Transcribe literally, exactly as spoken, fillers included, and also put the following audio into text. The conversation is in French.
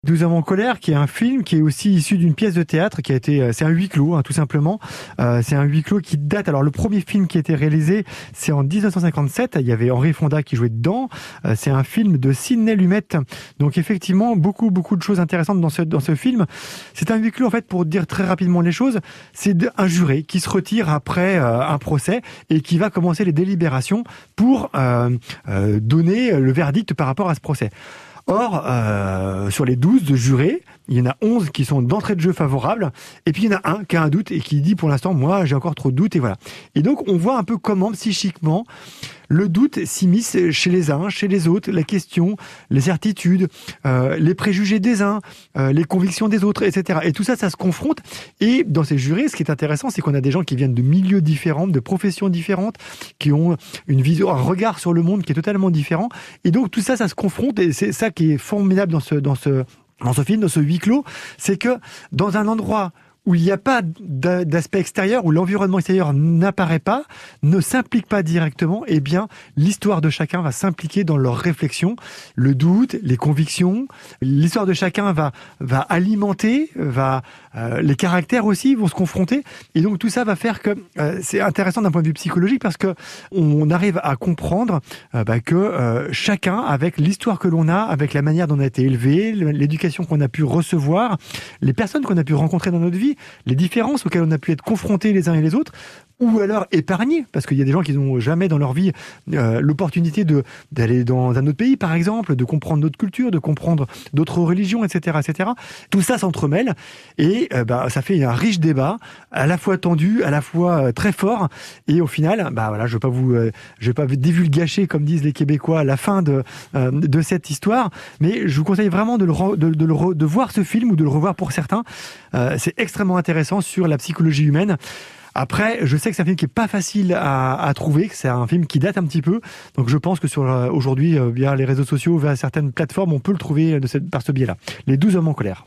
douze hommes en colère, qui est un film qui est aussi issu d'une pièce de théâtre qui a été, c'est un huis clos, hein, tout simplement. Euh, c'est un huis clos qui date. Alors le premier film qui a été réalisé, c'est en dix-neuf cent cinquante-sept. Il y avait Henri Fonda qui jouait dedans. Euh, c'est un film de Sidney Lumet. Donc effectivement, beaucoup beaucoup de choses intéressantes dans ce dans ce film. C'est un huis clos en fait, pour dire très rapidement les choses. C'est un juré qui se retire après euh, un procès et qui va commencer les délibérations pour euh, euh, donner le verdict par rapport à ce procès. Or, euh, sur les douze de jurés, il y en a onze qui sont d'entrée de jeu favorables, et puis il y en a un qui a un doute et qui dit pour l'instant, moi j'ai encore trop de doutes, et voilà. Et donc on voit un peu comment psychiquement le doute s'immisce chez les uns, chez les autres, la question, les certitudes, euh, les préjugés des uns, euh, les convictions des autres, et cetera. Et tout ça, ça se confronte. Et dans ces jurés, ce qui est intéressant, c'est qu'on a des gens qui viennent de milieux différents, de professions différentes, qui ont une vision, un regard sur le monde qui est totalement différent. Et donc tout ça, ça se confronte, et c'est ça qui est formidable dans ce, dans ce, dans ce film, dans ce huis clos, c'est que dans un endroit où il n'y a pas d'aspect extérieur, où l'environnement extérieur n'apparaît pas, ne s'implique pas directement, eh bien, l'histoire de chacun va s'impliquer dans leur réflexion, le doute, les convictions. L'histoire de chacun va, va alimenter, va, euh, les caractères aussi vont se confronter. Et donc, tout ça va faire que euh, c'est intéressant d'un point de vue psychologique parce que on arrive à comprendre euh, bah, que euh, chacun, avec l'histoire que l'on a, avec la manière dont on a été élevé, l'éducation qu'on a pu recevoir, les personnes qu'on a pu rencontrer dans notre vie, les différences auxquelles on a pu être confrontés les uns et les autres, ou alors épargnés, parce qu'il y a des gens qui n'ont jamais dans leur vie euh, l'opportunité de d'aller dans un autre pays, par exemple, de comprendre notre culture, de comprendre d'autres religions, et cetera, et cetera. Tout ça s'entremêle et euh, bah, ça fait un riche débat, à la fois tendu, à la fois euh, très fort. Et au final, bah voilà, je vais pas vous, euh, je vais pas vous divulgacher, comme disent les Québécois, la fin de euh, de cette histoire, mais je vous conseille vraiment de le re, de, de, le re, de voir ce film ou de le revoir pour certains. Euh, c'est extrêmement intéressant sur la psychologie humaine. Après, je sais que c'est un film qui est pas facile à, à trouver, que c'est un film qui date un petit peu. Donc, je pense que sur euh, aujourd'hui, euh, via les réseaux sociaux, via certaines plateformes, on peut le trouver de cette, par ce biais-là. Les douze hommes en colère.